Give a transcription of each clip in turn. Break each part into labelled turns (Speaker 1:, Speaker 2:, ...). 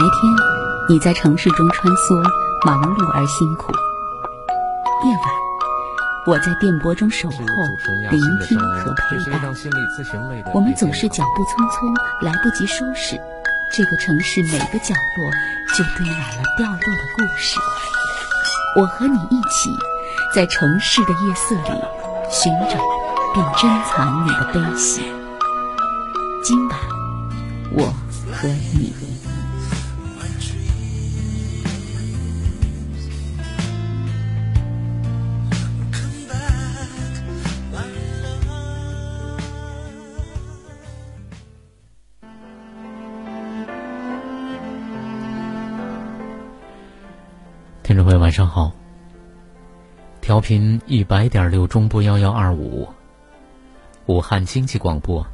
Speaker 1: 天你在城市中穿梭，忙碌而辛苦；夜晚我在电波中守候，聆听和陪伴。我们总是脚步匆匆，来不及收拾，这个城市每个角落就堆满了掉落的故事。我和你一起在城市的夜色里寻找并珍藏你的悲喜。今晚我和你。
Speaker 2: 听众朋友晚上好，调频100.6中波1125，武汉经济广播，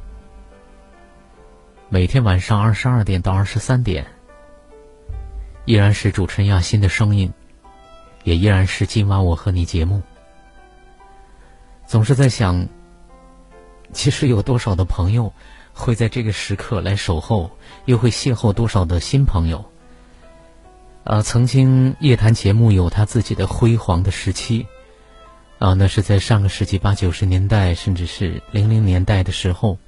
Speaker 2: 每天晚上22点到23点，依然是主持人亚欣的声音，也依然是今晚我和你节目。总是在想，其实有多少的朋友会在这个时刻来守候，又会邂逅多少的新朋友。曾经夜谈节目有他自己的辉煌的时期，那是在上个世纪80、90年代，甚至是00年代的时候。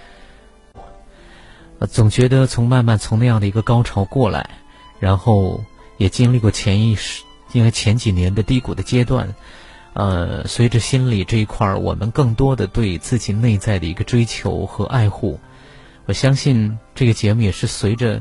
Speaker 2: 总觉得慢慢从那样的一个高潮过来，然后也经历过因为前几年的低谷的阶段，随着心理这一块我们更多的对自己内在的一个追求和爱护。我相信这个节目也是随着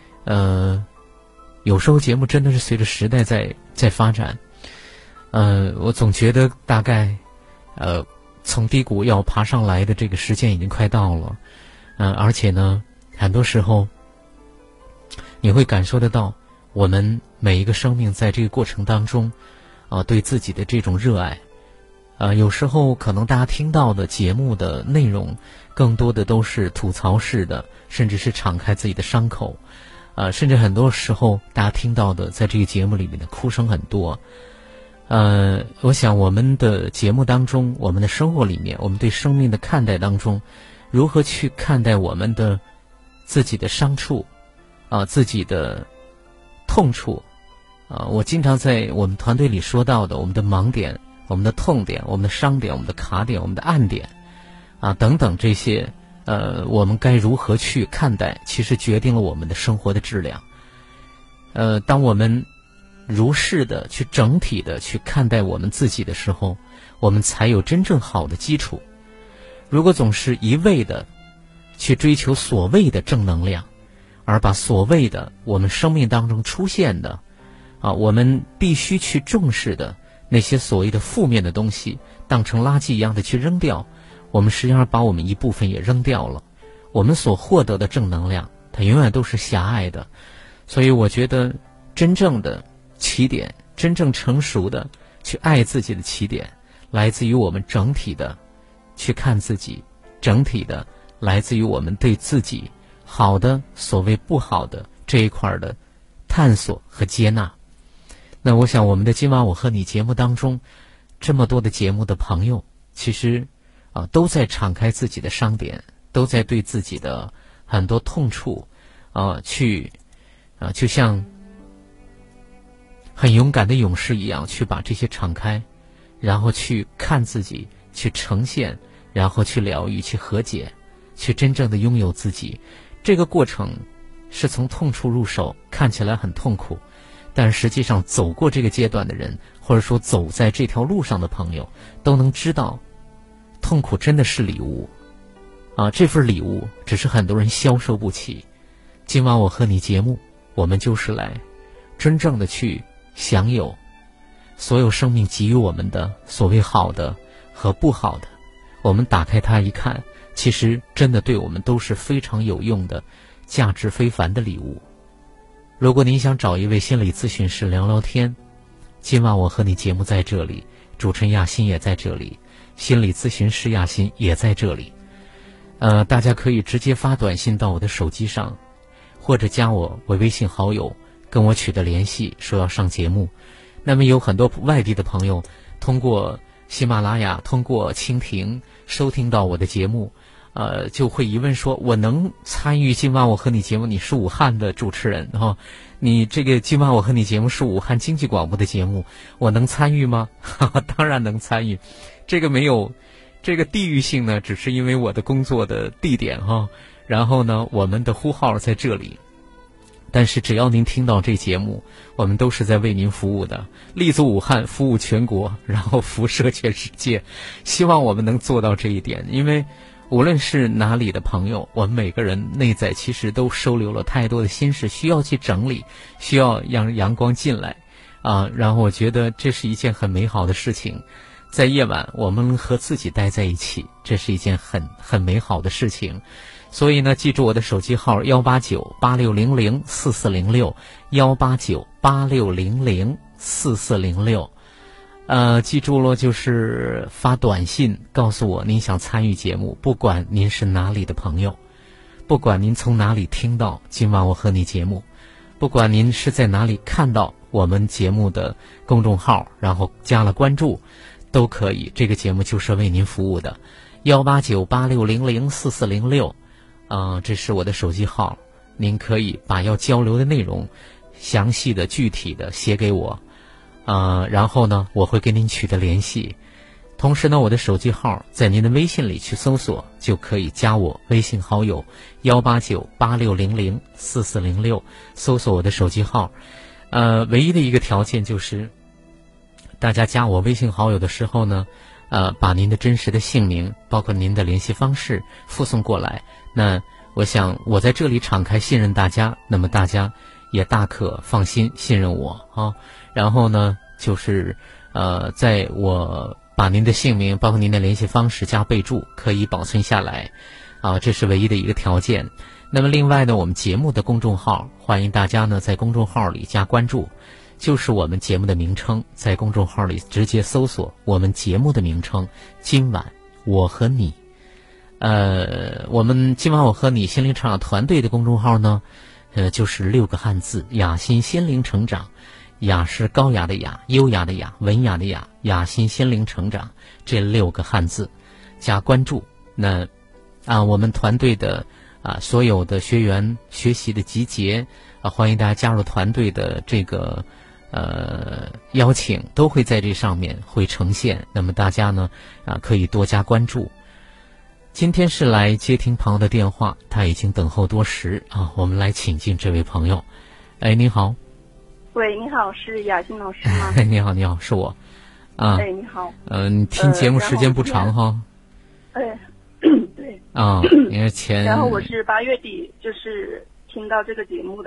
Speaker 2: 有时候节目真的是随着时代在发展。我总觉得大概从低谷要爬上来的这个时间已经快到了。而且呢，很多时候你会感受得到，我们每一个生命在这个过程当中对自己的这种热爱。有时候可能大家听到的节目的内容更多的都是吐槽式的，甚至是敞开自己的伤口。甚至很多时候大家听到的在这个节目里面的哭声很多。我想我们的节目当中，我们的生活里面，我们对生命的看待当中，如何去看待我们的自己的伤处自己的痛处我经常在我们团队里说到的，我们的盲点，我们的痛点，我们的伤点，我们的卡点，我们的暗点等等这些我们该如何去看待，其实决定了我们的生活的质量。当我们如是的去整体的去看待我们自己的时候，我们才有真正好的基础。如果总是一味的去追求所谓的正能量，而把所谓的我们生命当中出现的我们必须去重视的那些所谓的负面的东西当成垃圾一样的去扔掉，我们实际上把我们一部分也扔掉了。我们所获得的正能量它永远都是狭隘的。所以我觉得真正的起点，真正成熟的去爱自己的起点，来自于我们整体的去看自己，整体的来自于我们对自己好的所谓不好的这一块的探索和接纳。那我想我们的今晚我和你节目当中，这么多的节目的朋友，其实都在敞开自己的伤点，都在对自己的很多痛处就像很勇敢的勇士一样，去把这些敞开，然后去看自己，去呈现，然后去疗愈，去和解，去真正的拥有自己。这个过程是从痛处入手，看起来很痛苦，但实际上走过这个阶段的人，或者说走在这条路上的朋友，都能知道痛苦真的是礼物这份礼物只是很多人消受不起。今晚我和你节目，我们就是来真正的去享有所有生命给予我们的所谓好的和不好的。我们打开它一看，其实真的对我们都是非常有用的，价值非凡的礼物。如果您想找一位心理咨询师聊聊天，今晚我和你节目在这里，主持人亚欣也在这里，心理咨询师亚欣也在这里。大家可以直接发短信到我的手机上，或者加我为微信好友，跟我取得联系，说要上节目。那么有很多外地的朋友通过喜马拉雅，通过蜻蜓收听到我的节目就会疑问说，我能参与今晚我和你节目？你是武汉的主持人哈，你这个今晚我和你节目是武汉经济广播的节目，我能参与吗？当然能参与，这个没有这个地域性呢，只是因为我的工作的地点哈，然后呢，我们的呼号在这里。但是只要您听到这节目，我们都是在为您服务的，立足武汉，服务全国，然后辐射全世界。希望我们能做到这一点，因为无论是哪里的朋友，我们每个人内在其实都收留了太多的心事，需要去整理，需要让阳光进来然后我觉得这是一件很美好的事情。在夜晚我们和自己待在一起，这是一件很美好的事情。所以呢，记住我的手机号18986004406，18986004406。记住了，就是发短信告诉我您想参与节目，不管您是哪里的朋友，不管您从哪里听到今晚我和你节目，不管您是在哪里看到我们节目的公众号，然后加了关注，都可以。这个节目就是为您服务的。18986004406。这是我的手机号，您可以把要交流的内容详细的具体的写给我然后呢我会跟您取得联系。同时呢，我的手机号在您的微信里去搜索，就可以加我微信好友18986004406，搜索我的手机号。唯一的一个条件就是大家加我微信好友的时候呢，把您的真实的姓名包括您的联系方式附送过来。那我想我在这里敞开信任大家，那么大家也大可放心信任我然后呢，就是在我把您的姓名包括您的联系方式加备注可以保存下来这是唯一的一个条件。那么另外呢，我们节目的公众号，欢迎大家呢在公众号里加关注，就是我们节目的名称，在公众号里直接搜索我们节目的名称，今晚我和你。我们今晚我和你心灵成长团队的公众号呢，就是6个汉字：雅心心灵成长。雅是高雅的雅，优雅的雅，文雅的雅，雅心心灵成长，这6个汉字加关注。那我们团队的所有的学员学习的集结欢迎大家加入团队的这个邀请都会在这上面会呈现。那么大家呢可以多加关注。今天是来接听朋友的电话，他已经等候多时我们来请进这位朋友。你好。
Speaker 3: 喂，你好，是雅欣老师吗？
Speaker 2: 你好，是我
Speaker 3: 你好。
Speaker 2: 你听节目时间不长哈。
Speaker 3: 对。
Speaker 2: 你是前。
Speaker 3: 然后我是8月底就是听到这个节目的。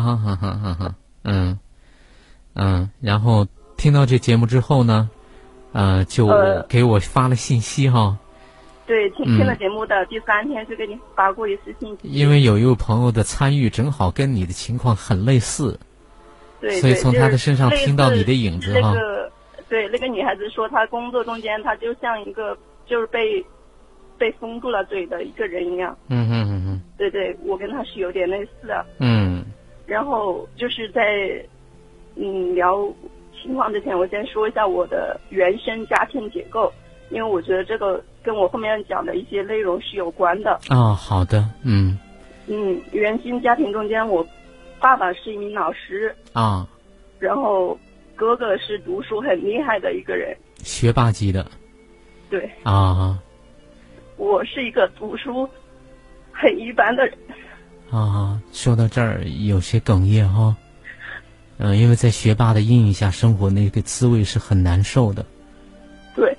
Speaker 2: 然后听到这节目之后呢，就给我发了信息哈。
Speaker 3: 对，听了节目的第3天就给你发过一次信息。
Speaker 2: 因为有一位朋友的参与正好跟你的情况很类似，
Speaker 3: 对，
Speaker 2: 所以从他的身上听到你的影子哈。
Speaker 3: 对，那个女孩子说她工作中间她就像一个就是被封住了嘴的一个人一样。对，我跟她是有点类似的。然后就是在聊情况之前，我先说一下我的原生家庭结构，因为我觉得这个跟我后面讲的一些内容是有关的。
Speaker 2: 好的。
Speaker 3: 原生家庭中间，我爸爸是一名老师然后哥哥是读书很厉害的一个人，
Speaker 2: 学霸级的。
Speaker 3: 对
Speaker 2: 我
Speaker 3: 是一个读书很一般的人。
Speaker 2: 说到这儿有些哽咽哈。因为在学霸的阴影下生活，那个滋味是很难受的。
Speaker 3: 对。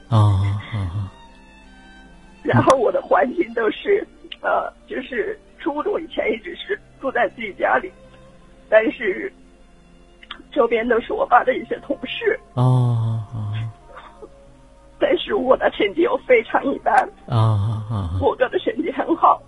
Speaker 3: 然后我的环境都是就是初中以前一直是住在自己家里，但是周边都是我爸的一些同事。但是我的成绩又非常一般。我哥的成绩很好。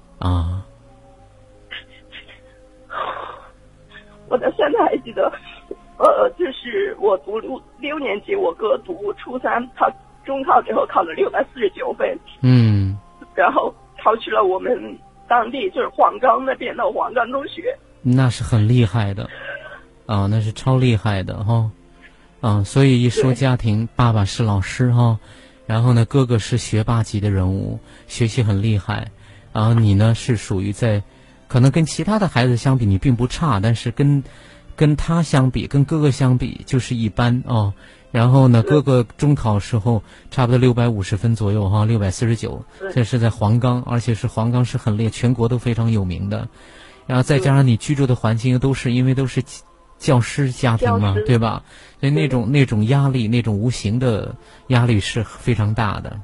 Speaker 3: 我到现在还记得，就是我读6年级，我哥读初3，他中考之后考了649分。然后考取了我们当地就是黄冈那边的黄冈中学。
Speaker 2: 那是很厉害的那是超厉害的哈。所以一说家庭，爸爸是老师哈，然后呢哥哥是学霸级的人物，学习很厉害然后你呢是属于在可能跟其他的孩子相比你并不差，但是跟他相比，跟哥哥相比就是一般哦。然后呢，哥哥中考时候差不多650分左右哈，649，这是在黄冈，而且是黄冈是很烈，全国都非常有名的。然后再加上你居住的环境都是教师家庭嘛，对吧？所以那种压力，那种无形的压力是非常大的。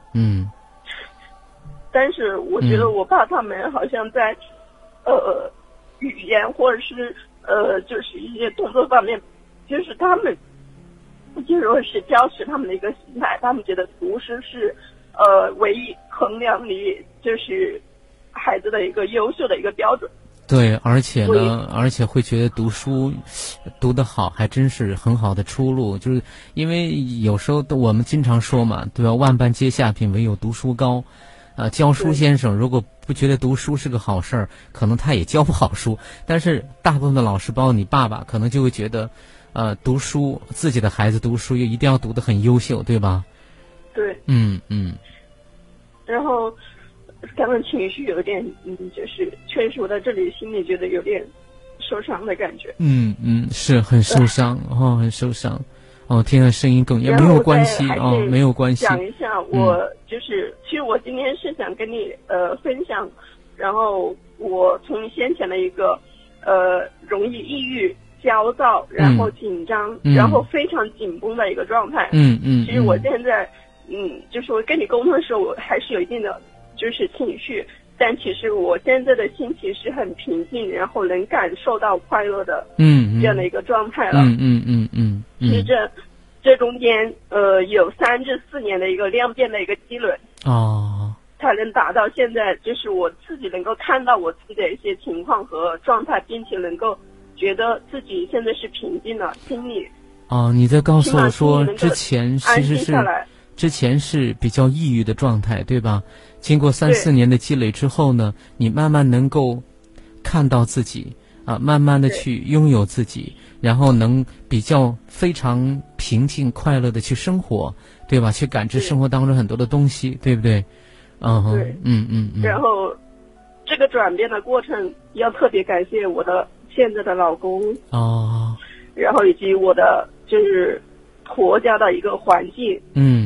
Speaker 3: 但是我觉得我爸他们好像在语言或者是就是一些动作方面，就是他们就说是教识他们的一个心态，他们觉得读书是唯一衡量你就是孩子的一个优秀的一个标准。
Speaker 2: 对，而且会觉得读书读得好还真是很好的出路，就是因为有时候我们经常说嘛，对吧？万般皆下品，唯有读书高。教书先生如果不觉得读书是个好事儿，可能他也教不好书。但是大部分的老师，包括你爸爸，可能就会觉得，读书，自己的孩子读书也一定要读得很优秀，对吧？
Speaker 3: 对。
Speaker 2: 然
Speaker 3: 后刚刚情绪有点，就是确实我在这里心里觉得有点受伤的感觉。
Speaker 2: 是很受伤很受伤。听了声音哽咽，没有关系没有关系。
Speaker 3: 讲一下，我就是其实我今天是想跟你分享，然后我从先前的一个容易抑郁、焦躁，然后紧张，然后非常紧绷的一个状态。其实我现在就是我跟你沟通的时候，我还是有一定的就是情绪，但其实我现在的心情是很平静，然后能感受到快乐的这样的一个状态了。其实这中间有3至4年的一个量变的一个积累才能达到现在，就是我自己能够看到我自己的一些情况和状态，并且能够觉得自己现在是平静了，心里
Speaker 2: 你在告诉我说之前其实是之前是比较抑郁的状态，对吧？经过3、4年的积累之后呢，你慢慢能够看到自己慢慢的去拥有自己，然后能比较非常平静快乐的去生活，对吧？去感知生活当中很多的东西，对不对？
Speaker 3: 对。然后这个转变的过程要特别感谢我的现在的老公然后以及我的就是婆家的一个环境。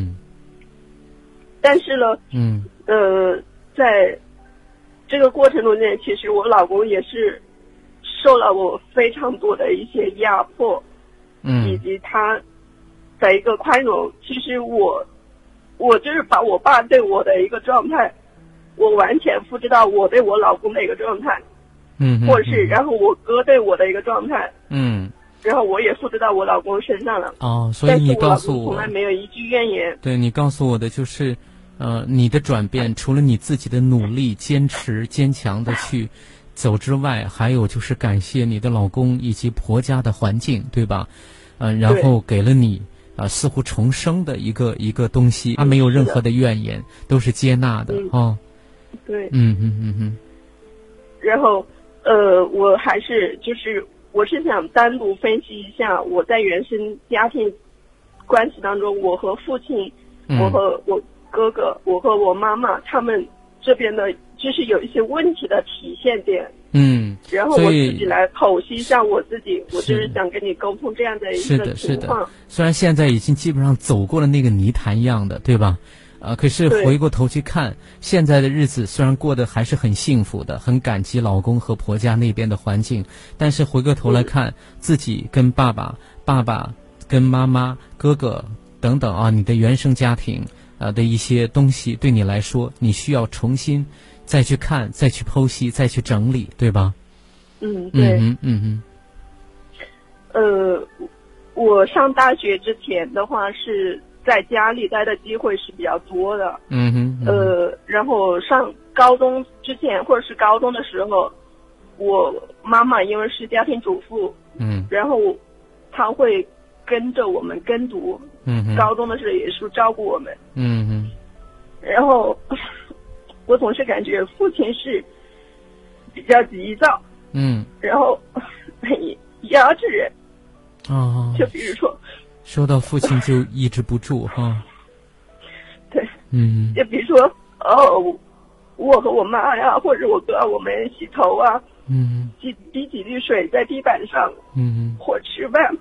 Speaker 3: 但是呢在这个过程中间，其实我老公也是受了我非常多的一些压迫以及他的一个宽容。其实我就是把我爸对我的一个状态，我完全复制到我对我老公的一个状态，或者是然后我哥对我的一个状态，然后我也复制到我老公身上了。
Speaker 2: 所以你告诉我，
Speaker 3: 从来没有一句怨言。
Speaker 2: 对，你告诉我的就是你的转变除了你自己的努力、坚持、坚强的去走之外，还有就是感谢你的老公以及婆家的环境，对吧？然后给了你似乎重生的一个东西，他没有任何的怨言，都是接纳的
Speaker 3: 对。然后我还是就是我是想单独分析一下我在原生家庭关系当中，我和父亲，我和我哥哥，我和我妈妈他们这边的就是有一些问题的体现点。然后我自己来剖析一下我自己，我就是想跟你沟通这样的一个情况。
Speaker 2: 虽然现在已经基本上走过了那个泥潭一样的，对吧？可是回过头去看，现在的日子虽然过得还是很幸福的，很感激老公和婆家那边的环境，但是回过头来看，自己跟爸爸跟妈妈、哥哥等等你的原生家庭的一些东西，对你来说，你需要重新再去看、再去剖析、再去整理，对吧？
Speaker 3: 对。我上大学之前的话是在家里待的机会是比较多的。然后上高中之前或者是高中的时候，我妈妈因为是家庭主妇，然后她会跟着我们跟读。高中的时候也是照顾我们。然后我总是感觉父亲是比较急躁。然后很压制人。就比如
Speaker 2: 说到父亲就抑制不住
Speaker 3: 对。就比如说我和我妈呀，或者我哥我们洗头啊，滴几滴水在地板上，或吃饭，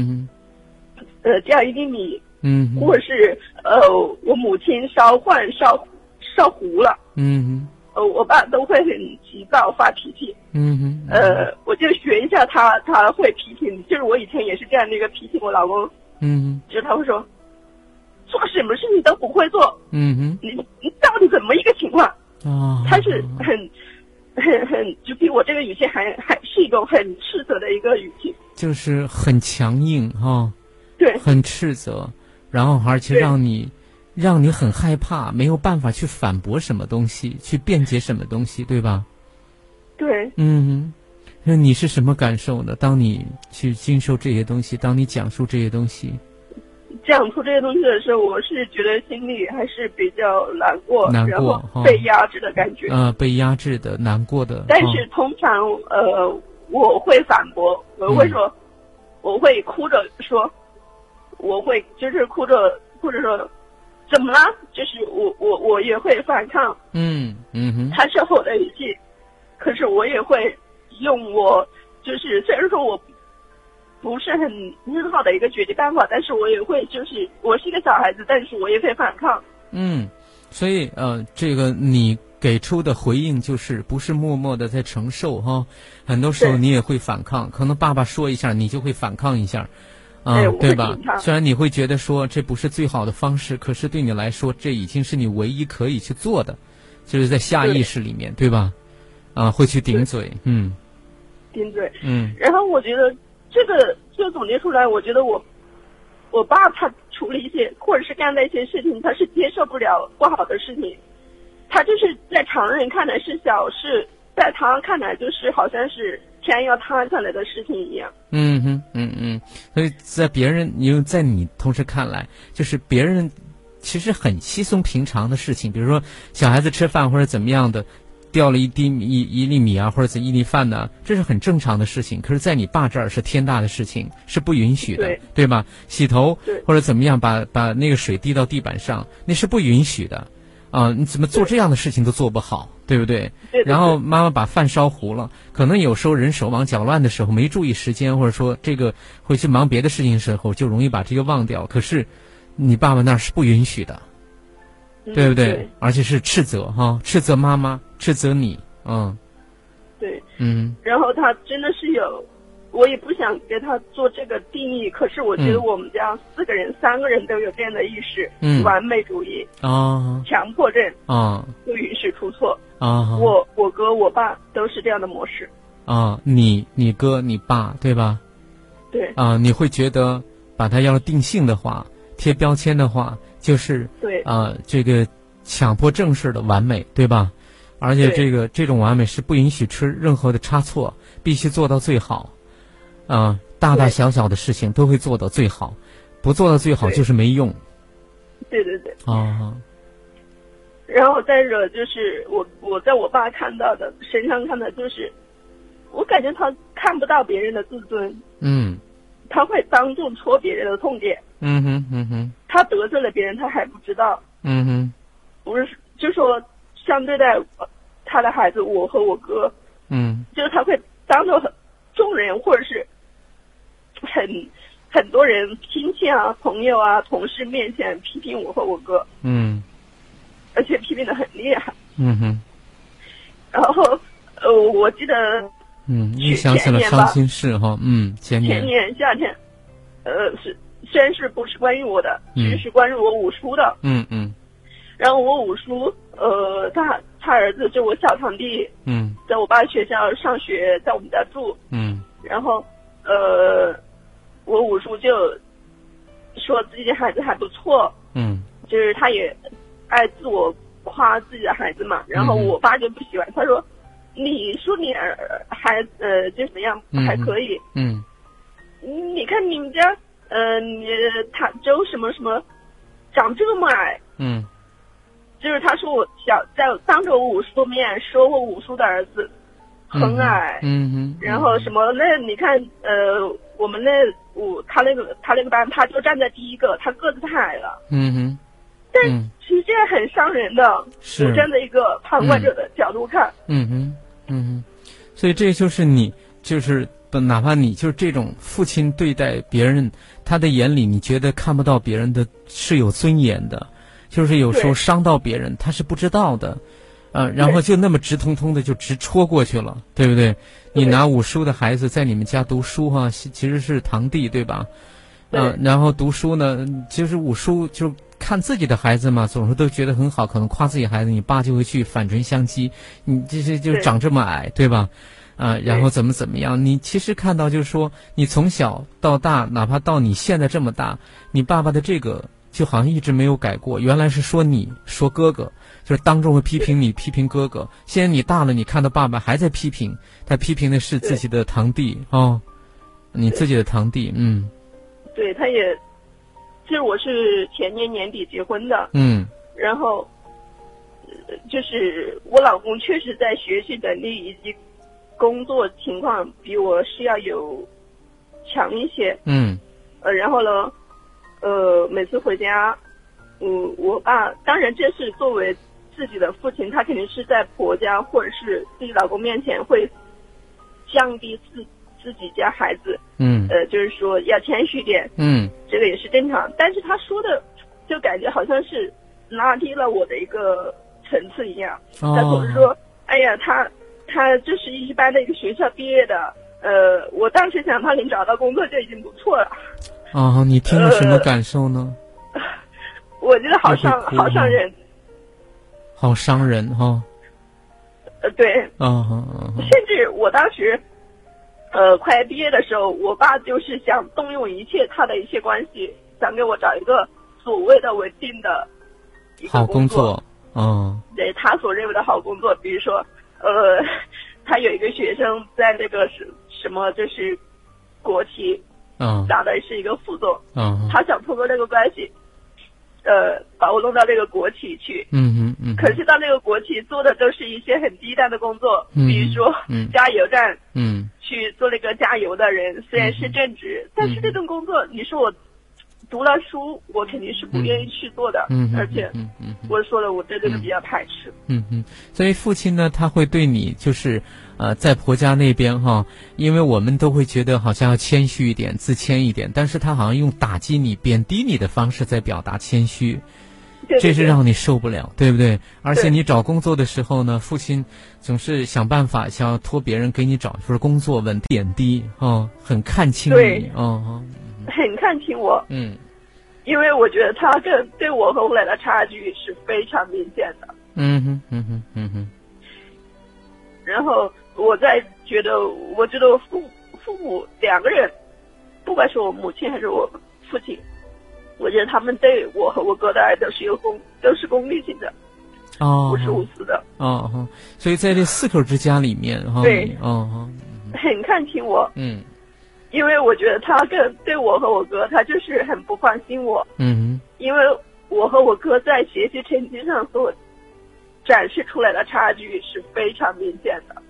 Speaker 3: 掉一粒米，或是我母亲烧糊了，我爸都会很急躁发脾气，我就学一下他会批评，就是我以前也是这样的一个批评我老公，就是他会说，做什么事情都不会做，你到底怎么一个情况？他是很就比我这个语气还是一种很斥责的一个语气，
Speaker 2: 就是很强硬哈，
Speaker 3: 对，
Speaker 2: 很斥责，然后而且让你很害怕，没有办法去反驳什么东西，去辩解什么东西，对吧？
Speaker 3: 对，
Speaker 2: 那你是什么感受呢？当你去经受这些东西，当你讲述这些东西，
Speaker 3: 讲出这些东西的时候，我是觉得心里还是比较难过，然后被压制的感觉。
Speaker 2: 被压制的、难过的。
Speaker 3: 但是通常我会反驳，我会说，我会哭着说，我会就是哭着或者说，怎么了？就是我也会反抗。他是我的语气，可是我也会用我就是虽然说我不是很好的一个解决办法，但是我也会就是我是一个小孩子，但是我也会反抗。
Speaker 2: 所以这个你给出的回应就是不是默默的在承受哈，很多时候你也会反抗，可能爸爸说一下你就会反抗一下，对吧？虽然你会觉得说这不是最好的方式，可是对你来说这已经是你唯一可以去做的，就是在下意识里面，对吧？会去顶嘴，
Speaker 3: 顶嘴，然后我觉得这个总结出来，我觉得我爸他处理一些或者是干的一些事情，他是接受不了不好的事情，他就是在常人看来是小事，在他看来就是好像是天要塌下来的事情一样。
Speaker 2: 所以在别人，因为在你同时看来，就是别人其实很稀松平常的事情，比如说小孩子吃饭或者怎么样的，掉了一粒米啊，或者一粒饭呢，这是很正常的事情。可是，在你爸这儿是天大的事情，是不允许的，对吧？洗头或者怎么样，把那个水滴到地板上，那是不允许的。你怎么做这样的事情都做不好，对不对？然后妈妈把饭烧糊了，可能有时候人手忙脚乱的时候没注意时间，或者说这个会去忙别的事情的时候，就容易把这个忘掉。可是你爸爸那儿是不允许的。对不对？而且是斥责斥责妈妈，斥责你，
Speaker 3: 对，然后他真的是有，我也不想给他做这个定义，可是我觉得我们家4个人3个人都有这样的意识，完美主义强迫症不允许出错我哥我爸都是这样的模式
Speaker 2: 你哥你爸对吧？
Speaker 3: 对
Speaker 2: 你会觉得把他要定性的话，贴标签的话，就是
Speaker 3: 对
Speaker 2: 这个强迫症式的完美，对吧？而且这种完美是不允许出任何的差错，必须做到最好。大大小小的事情都会做到最好，不做到最好就是没用。
Speaker 3: 对。然后再者就是我在我爸身上看到，就是我感觉他看不到别人的自尊，他会当众戳别人的痛点，他得罪了别人他还不知道，不是就说相对待他的孩子，我和我哥，就是他会当着众人或者是很多人亲戚啊、朋友啊、同事面前批评我和我哥，而且批评得很厉害，然后我记得
Speaker 2: 你想起了伤心事哈，前
Speaker 3: 年夏天，虽然是不是关于我的，其实是关于我五叔的，然后我五叔他儿子就我小堂弟，在我爸学校上学，在我们家住，然后我五叔就说自己的孩子还不错，就是他也爱自我夸自己的孩子嘛，然后我爸就不喜欢，他说你说你孩子就怎么样还可以，你看你们家你他周什么什么长这么矮，就是他说我在当着我五叔面说我五叔的儿子很矮，然后什么那你看我们他那个班他就站在第一个，他个子太矮了， 但其实这样很伤人的。
Speaker 2: 是
Speaker 3: 我站在一个旁观者的角度看。
Speaker 2: 所以这就是你，就是哪怕你就是这种父亲对待别人，他的眼里你觉得看不到别人的是有尊严的，就是有时候伤到别人他是不知道的。然后就那么直通通的就直戳过去了，对不对？你拿5叔的孩子在你们家读书哈，其实是堂弟对吧？然后读书呢，其实5叔就看自己的孩子嘛，总是都觉得很好，可能夸自己孩子，你爸就会去反唇相讥，你这些就长这么矮，对吧？然后怎么样？你其实看到就是说，你从小到大，哪怕到你现在这么大，你爸爸的这个就好像一直没有改过。原来是说你说哥哥，就是当众会批评你，批评哥哥。现在你大了，你看到爸爸还在批评，他批评的是自己的堂弟你自己的堂弟。
Speaker 3: 对，他也，其实我是前年年底结婚的。然后就是我老公确实在学习能力以及工作情况比我是要有强一些。然后呢，每次回家，我爸当然这是作为自己的父亲，他肯定是在婆家或者是自己老公面前会降低自己家孩子，就是说要谦虚点，这个也是正常。但是他说的就感觉好像是拉低了我的一个层次一样。他总是说，哎呀，他就是一般的一个学校毕业的，我当时想他能找到工作就已经不错了。
Speaker 2: 你听了什么感受呢？
Speaker 3: 我觉得好伤人，
Speaker 2: 好伤人哈。
Speaker 3: 对。甚至我当时，快毕业的时候，我爸就是想动用一切他的一切关系，想给我找一个所谓的稳定的一个
Speaker 2: 好工作。
Speaker 3: 对，他所认为的好工作，比如说，他有一个学生在那个什么就是国企，打的是一个副总，他想通过这个关系，把我弄到这个国企去。可是到那个国企做的都是一些很低端的工作，比如说加油站，去做那个加油的人，虽然是正职，但是这种工作，你说我读了书，我肯定是不愿意去做的。而且我说了，我对这个比较排斥。
Speaker 2: 所以父亲呢，他会对你就是在婆家那边哈，因为我们都会觉得好像要谦虚一点，自谦一点，但是他好像用打击你、贬低你的方式在表达谦虚。这是让你受不了，对不对？而且你找工作的时候呢，父亲总是想办法想要托别人给你找一份工作，贬低很看轻你
Speaker 3: 很看轻我。因为我觉得他对我和我奶的差距是非常明显的。然后我觉得父母两个人，不管是我母亲还是我父亲，我觉得他们对我和我哥的爱都是功利性的，不是无私的。
Speaker 2: 所以在这4口之家里面
Speaker 3: 对，很看轻我。因为我觉得他对我和我哥，他就是很不放心我。因为我和我哥在学习成绩上所展示出来的差距是非常明显的。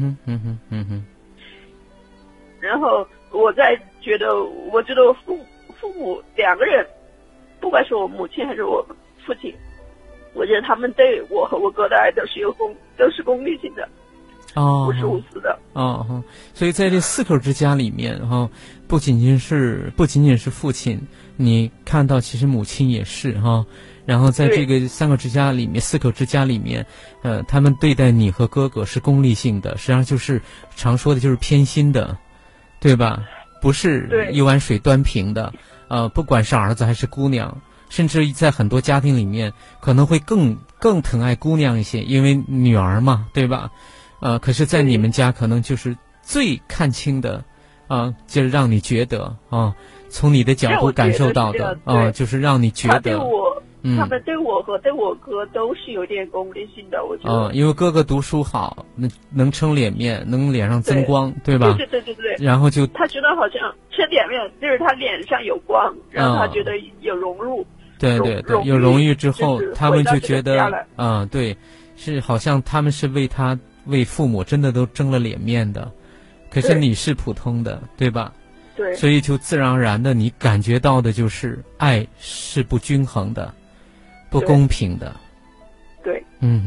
Speaker 3: 然后我觉得父母两个人，不管是我母亲还是我父亲，我觉得他们对我和我哥的爱都是功利性的，不是无私的。
Speaker 2: 所以在这4口之家里面不仅仅是父亲，你看到其实母亲也是然后在这个4口之家里面，他们对待你和哥哥是功利性的，实际上就是常说的就是偏心的，对吧？不是一碗水端平的。不管是儿子还是姑娘，甚至在很多家庭里面可能会更疼爱姑娘一些，因为女儿嘛，对吧？可是在你们家可能就是最看轻的就是让你觉得从你的角度感受到的就是让你觉得
Speaker 3: 他们对我和对我哥都是有点功利性的，我觉得。
Speaker 2: 因为哥哥读书好，能撑脸面，能脸上增光，对吧？
Speaker 3: 对。
Speaker 2: 然后
Speaker 3: 他觉得好像撑脸面，就是他脸上有光，然后他觉得有融入。
Speaker 2: 对，有荣誉之后，他们就觉得对，是好像他们是为父母真的都争了脸面的，可是你是普通的，对吧？
Speaker 3: 对。所
Speaker 2: 以就自然而然的，你感觉到的就是爱是不均衡的。 不公平的。
Speaker 3: 对。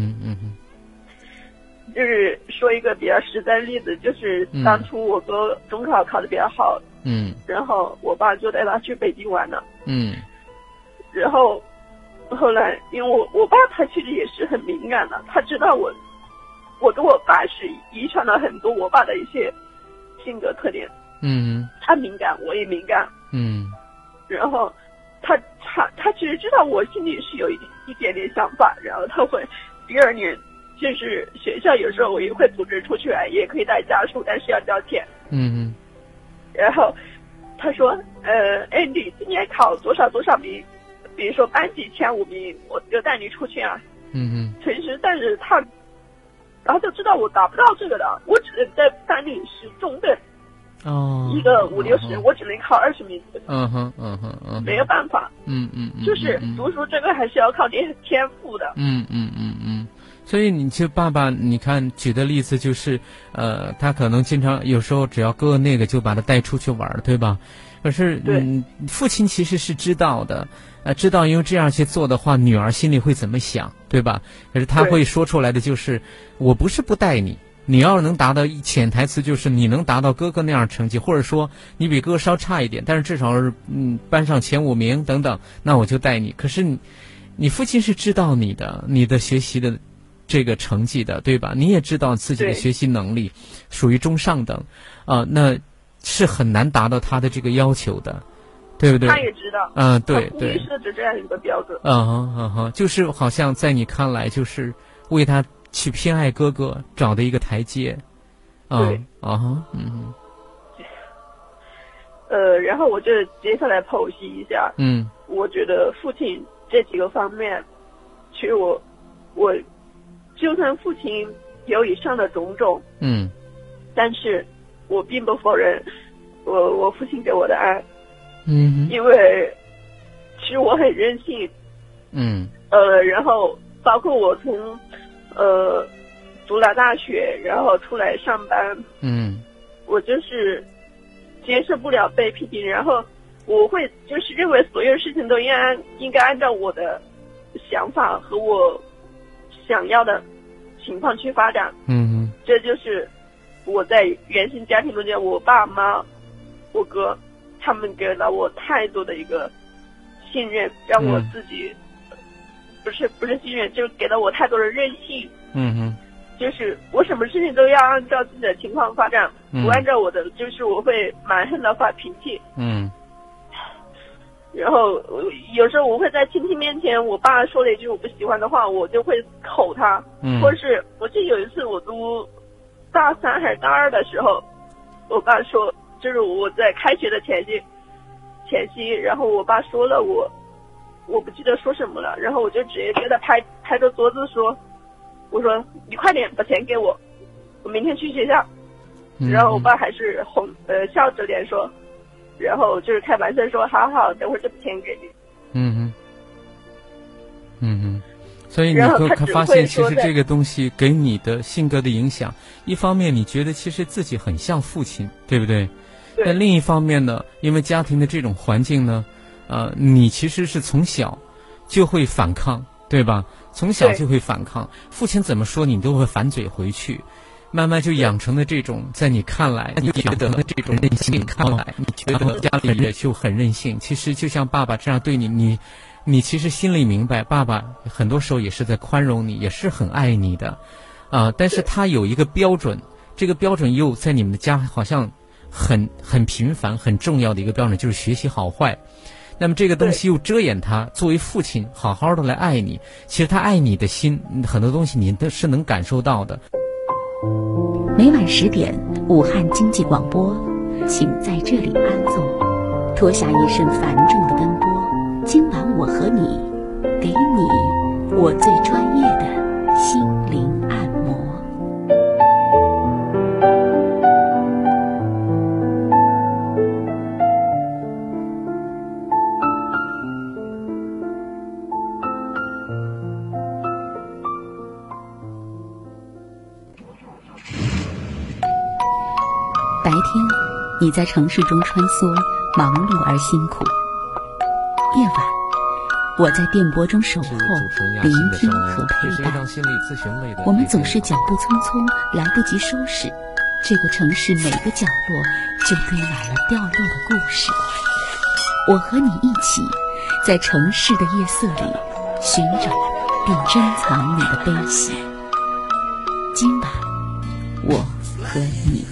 Speaker 2: 就是
Speaker 3: 说一个比较实在的例子，就是当初我哥中考考得比较好，然后我爸就带他去北京玩了，然后后来因为我爸他其实也是很敏感的，他知道我跟我爸是遗传了很多我爸的一些性格特点，他敏感，我也敏感，然后他其实知道我心里是有一点点想法，然后他会第二年就是学校有时候我也会组织出去玩，也可以带家属，但是要交钱，然后他说你今年考多少多少名，比如说班级前5名，我就带你出去啊，其实但是他就知道我达不到这个的，我只能在班里是中等，一个5、60，我只能考20名，没有办法，就是读书这个还是要靠点天赋的，
Speaker 2: 所以你就爸爸，你看举的例子就是，他可能经常有时候只要哥哥那个就把他带出去玩，对吧？可是父亲其实是知道的，知道因为这样去做的话，女儿心里会怎么想，对吧？可是他会说出来的就是，我不是不带你。你要能达到潜台词就是你能达到哥哥那样成绩，或者说你比哥哥稍差一点，但是至少是班上前5名等等，那我就带你。可是你父亲是知道你的学习的这个成绩的，对吧？你也知道自己的学习能力属于中上等，那是很难达到他的这个要求的，对不对？
Speaker 3: 他也知道，
Speaker 2: 对对，
Speaker 3: 设置这样一个标准，
Speaker 2: 就是好像在你看来就是为他去偏爱哥哥找的一个台阶，
Speaker 3: 然后我就接下来剖析一下，我觉得父亲这几个方面，其实我就算父亲有以上的种种，但是我并不否认我父亲给我的爱，因为其实我很任性，然后包括我从读了大学，然后出来上班，我就是接受不了被批评，然后我会就是认为所有事情都应该按照我的想法和我想要的情况去发展，这就是我在原生家庭中间，我爸妈、我哥他们给了我太多的一个信任，让我自己不是信任，就是给了我太多的任性，就是我什么事情都要按照自己的情况发展，不按照我的，就是我会蛮横的发脾气，然后有时候我会在亲戚面前，我爸说了一句我不喜欢的话，我就会吼他，或者是我记得有一次我读大3还是大2的时候，我爸说，就是我在开学的前夕，然后我爸说了我不记得说什么了，然后我就直接给他拍着桌子说，我说你快点把钱给我明天去学校，然后我爸还是笑着脸说，然后就是开玩笑说好，等会儿就把钱给你。
Speaker 2: 所以你会发现，其实这个东西给你的性格的影响，一方面你觉得其实自己很像父亲，对不对？但另一方面呢，因为家庭的这种环境呢，你其实是从小就会反抗，对吧？从小就会反抗，父亲怎么说你都会反嘴回去，慢慢就养成了这种，在你看来，你觉得这种任性，看来你觉得家里也就很任性。其实就像爸爸这样对你其实心里明白，爸爸很多时候也是在宽容你，也是很爱你的，但是他有一个标准，这个标准又在你们的家好像很频繁、很重要的一个标准，就是学习好坏。那么这个东西又遮掩他作为父亲好好的来爱你，其实他爱你的心，很多东西你都是能感受到的。
Speaker 1: 每晚10点，武汉经济广播，请在这里安坐，脱下一身繁重的奔波。今晚我和你，给你我最专业的心灵按摩。白天，你在城市中穿梭，忙碌而辛苦。夜晚， 我在电波中守候，聆听和陪伴。我们总是脚步匆匆，来不及收拾，这个城市每个角落就堆满了掉落的故事。我和你一起，在城市的夜色里寻找并珍藏你的悲喜。今晚，我和你。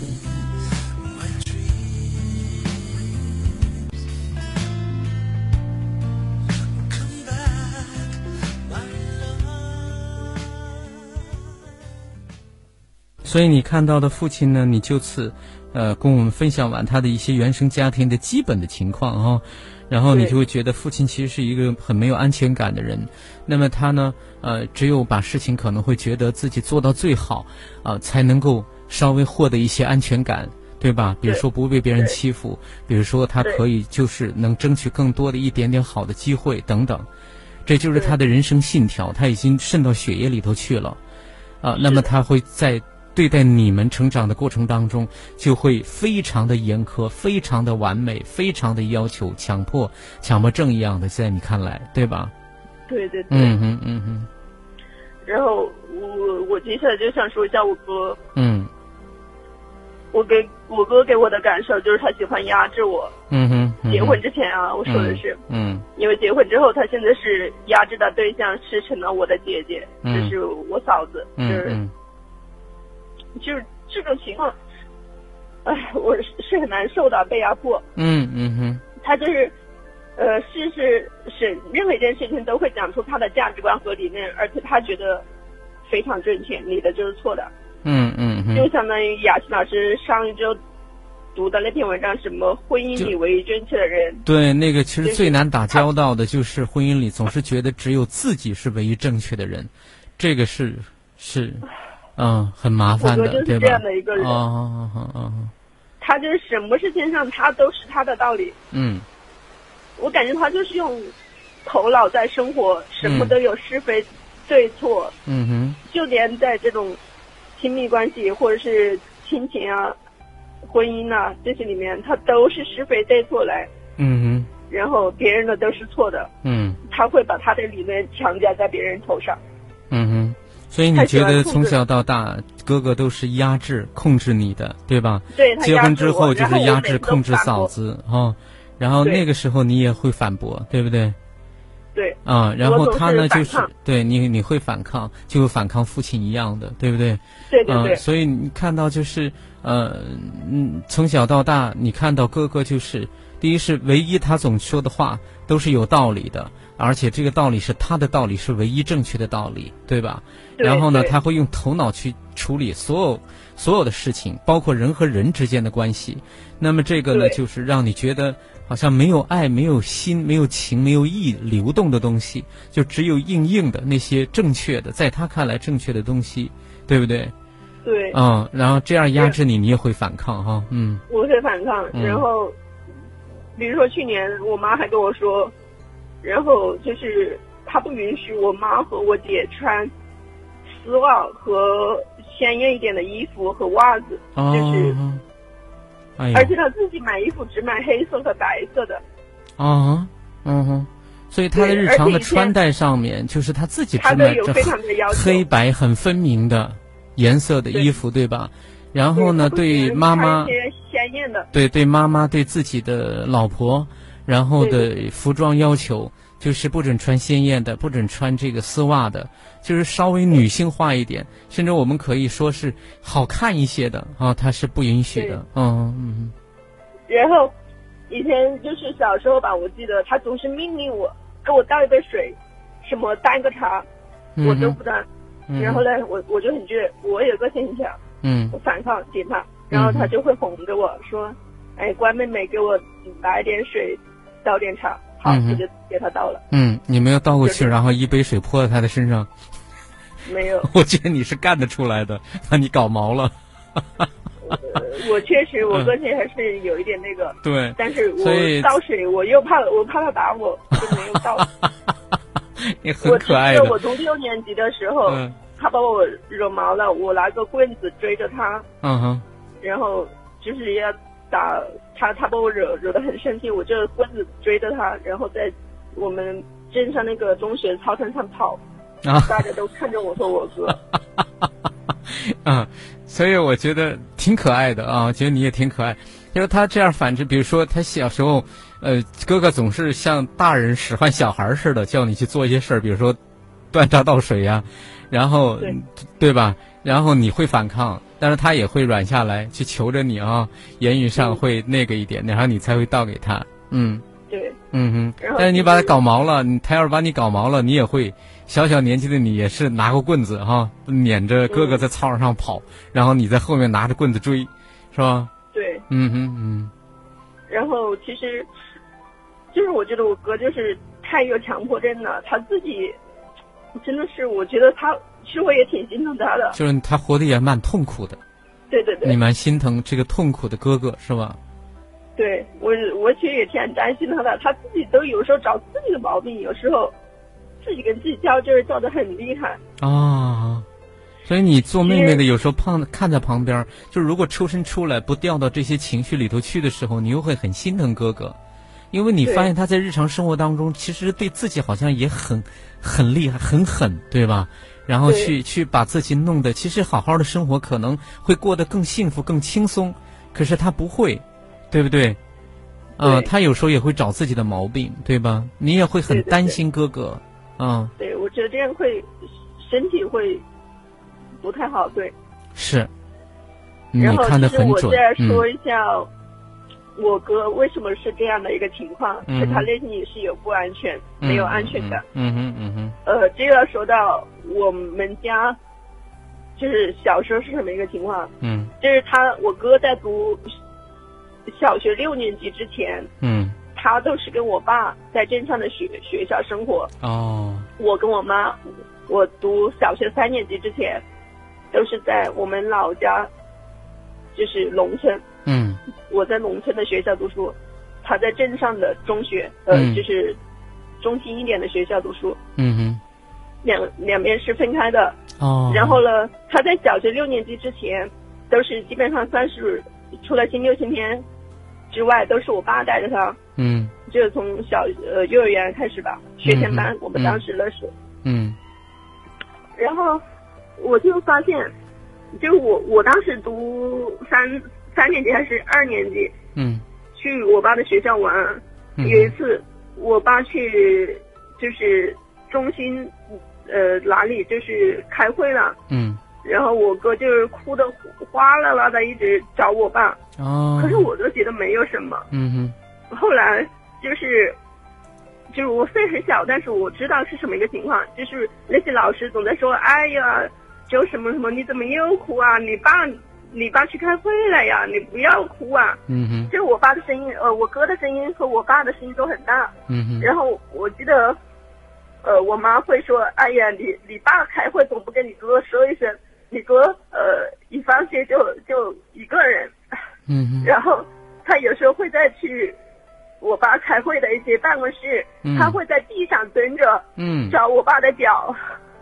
Speaker 2: 所以你看到的父亲呢，你就此跟我们分享完他的一些原生家庭的基本的情况啊，然后你就会觉得父亲其实是一个很没有安全感的人。那么他呢只有把事情可能会觉得自己做到最好才能够稍微获得一些安全感，对吧？比如说不被别人欺负，比如说他可以就是能争取更多的一点点好的机会等等，这就是他的人生信条，他已经渗到血液里头去了那么他会在对待你们成长的过程当中就会非常的严苛，非常的完美，非常的要求，强迫症一样的，在你看来对吧？
Speaker 3: 对对对。然后我接下来就想说一下我哥。我哥给我的感受就是他喜欢压制我。结婚之前我说的是因为结婚之后他现在是压制的对象是成了我的姐姐，就是我嫂子。就是这种情况，我是很难受的，被压迫。他就是是任何一件事情都会讲出他的价值观和理念，而且他觉得非常正确，你的就是错的。就相当于雅琪老师上一周读的那篇文章，什么婚姻里唯一正确的人。对，
Speaker 2: 那个其实最难打交道的就是婚姻里总是觉得只有自己是唯一正确的人，这个是很麻烦的，
Speaker 3: 我哥就是这样的一个人。他就是什么事情上他都是他的道理。我感觉他就是用头脑在生活，什么都有是非对错。就连在这种亲密关系或者是亲情婚姻这些里面，他都是是非对错来。然后别人的都是错的。他会把他的理念强加在别人头上。
Speaker 2: 所以你觉得从小到大哥哥都是压制控制你的，对吧？
Speaker 3: 对，
Speaker 2: 结婚之后就是压制控制嫂子然后那个时候你也会反驳，对不对？
Speaker 3: 对
Speaker 2: 然后他呢就是对你会反抗，就反抗父亲一样的，对不对？
Speaker 3: 对对对。
Speaker 2: 所以你看到就是从小到大你看到哥哥就是第一是唯一他总说的话都是有道理的，而且这个道理是他的道理，是唯一正确的道理，对吧？然后呢他会用头脑去处理所有的事情，包括人和人之间的关系。那么这个呢就是让你觉得好像没有爱，没有心，没有情，没有意流动的东西，就只有硬的那些正确的，在他看来正确的东西，对不对？
Speaker 3: 对。
Speaker 2: 然后这样压制你也会反抗
Speaker 3: 我会反抗。然后比如说去年我妈还跟我说，然后就是她不允许我妈和我姐穿丝袜和鲜艳一点的衣服和袜子。就是而且她自己买衣服只买黑色和白色的。
Speaker 2: 所以她的日常的穿戴上面就是她自己只买这黑白很分明的颜色的衣服，对吧？然后呢对妈妈
Speaker 3: 鲜艳的，
Speaker 2: 对妈妈对自己的老婆然后的服装要求就是不准穿鲜艳的，不准穿这个丝袜的，就是稍微女性化一点，甚至我们可以说是好看一些的它是不允许的。
Speaker 3: 然后以前就是小时候吧，我记得他总是命令我给我倒一杯水，什么端个茶我都不端。然后呢我就很倔，我有个现象我反抗给他，然后他就会哄着我说，乖妹妹给我来点水倒点茶。好，我就给他倒了。
Speaker 2: 你没有倒过去然后一杯水泼在他的身上？
Speaker 3: 没有。
Speaker 2: 我觉得你是干得出来的，把你搞毛了。
Speaker 3: 我确实我个性还是有一点那个。
Speaker 2: 对。
Speaker 3: 但是我倒水我又怕他打我，就没有倒。
Speaker 2: 你很可爱的。
Speaker 3: 我从6年级的时候他把我惹毛了，我拿个棍子追着他。然后就是要打他把我惹得很生气，我就棍子追着他，然后在我们镇上那个中学操场上跑，大家都看着我和我哥。
Speaker 2: 所以我觉得挺可爱的啊，觉得你也挺可爱。因为他这样反正比如说他小时候哥哥总是像大人使唤小孩似的叫你去做一些事儿，比如说端茶倒水呀，然后 对吧，然后你会反抗，但是他也会软下来去求着你啊，言语上会那个一点，然后你才会倒给他。
Speaker 3: 对，
Speaker 2: 但是你把他搞毛了，他要是把你搞毛了，你也会小年纪的你也是拿个棍子哈，撵着哥哥在操场上跑，然后你在后面拿着棍子追，是吧？
Speaker 3: 对，然后其实就是我觉得我哥就是太有强迫症了，他自己真的是，我觉得他其实我也挺心疼他的，
Speaker 2: 就是他活得也蛮痛苦的。
Speaker 3: 对对对，
Speaker 2: 你蛮心疼这个痛苦的哥哥是吧？
Speaker 3: 对，我其实也挺担心他的，他自己都有时候找自己的毛病，有时候自己跟自己较劲儿较得很厉害
Speaker 2: 啊。所以你做妹妹的有时候看在旁边，就如果抽身出来不掉到这些情绪里头去的时候，你又会很心疼哥哥，因为你发现他在日常生活当中其实对自己好像也很厉害很狠，对吧？然后去把自己弄得其实好好的生活可能会过得更幸福更轻松，可是他不会，对不对？他有时候也会找自己的毛病，对吧？你也会很担心哥哥。
Speaker 3: 对，我觉得这样会身体会不太好。对，
Speaker 2: 是，你看得很准。
Speaker 3: 然后其实我再说一下我哥为什么是这样的一个情况，是他内心也是有不安全，没有安全感。这个要说到我们家，就是小时候是什么一个情况？就是我哥在读小学6年级之前，他都是跟我爸在镇上的学校生活。我跟我妈，我读小学3年级之前，都是在我们老家，就是农村。我在农村的学校读书，他在镇上的中学，就是中心一点的学校读书。两边是分开的。然后呢，他在小学6年级之前，都是基本上算是除了星期六星期天之外，都是我爸带着他。就是从幼儿园开始吧，学前班，我们当时那是。然后我就发现，就我当时读三年级还是2年级，去我爸的学校玩。有一次我爸去就是中心哪里就是开会了，然后我哥就是哭得哗啦啦的一直找我爸。可是我都觉得没有什么。后来就是我虽然很小，但是我知道是什么一个情况，就是那些老师总在说，哎呀，就什么什么，你怎么又哭啊？你爸去开会了呀，你不要哭啊。就我爸的声音，我哥的声音和我爸的声音都很大。然后我记得，我妈会说，哎呀，你爸开会总不跟你哥说一声，你哥一放学就一个人。然后他有时候会再去我爸开会的一些办公室，他会在地上蹲着，找我爸的脚。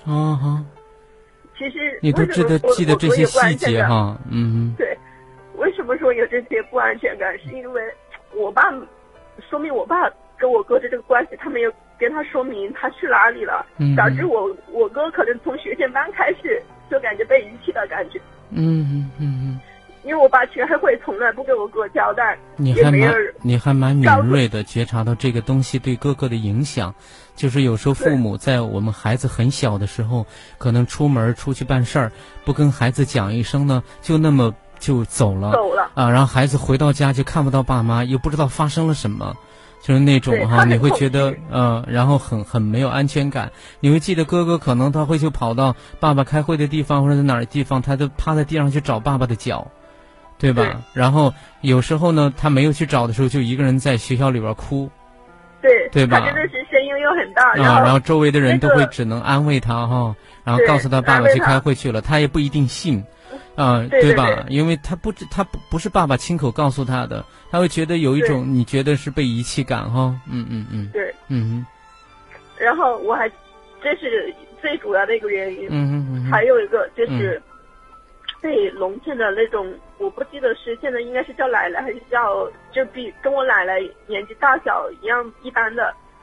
Speaker 3: 其实
Speaker 2: 你都记得这些细节哈。
Speaker 3: 对，为什么说有这些不安全感？是因为说明我爸跟我哥的这个关系，他没有跟他说明他去哪里了，导致我哥可能从学前班开始就感觉被遗弃的感觉。因为我爸去开会从来不给我哥交代。你
Speaker 2: 还蛮敏锐的觉察到这个东西对哥哥的影响，就是有时候父母在我们孩子很小的时候，可能出去办事儿，不跟孩子讲一声呢，就那么就走了啊，然后孩子回到家就看不到爸妈，又不知道发生了什么，就是那种你会觉得然后很没有安全感。你会记得哥哥可能他会就跑到爸爸开会的地方或者在哪儿地方，他就趴在地上去找爸爸的脚，对吧？然后有时候呢，他没有去找的时候，就一个人在学校里边哭，对吧？
Speaker 3: 他真的是声音又很大，
Speaker 2: 然后周围的人都会只能安慰他然后告诉他爸爸去开会去了，他也不一定信，对吧？因为他不是爸爸亲口告诉他的，他会觉得有一种你觉得是被遗弃感
Speaker 3: 对，然后这是最主要的一个原因。还有一个就是被农村的那种，我不记得是现在应该是叫奶奶还是就比跟我奶奶年纪大小一样一般的，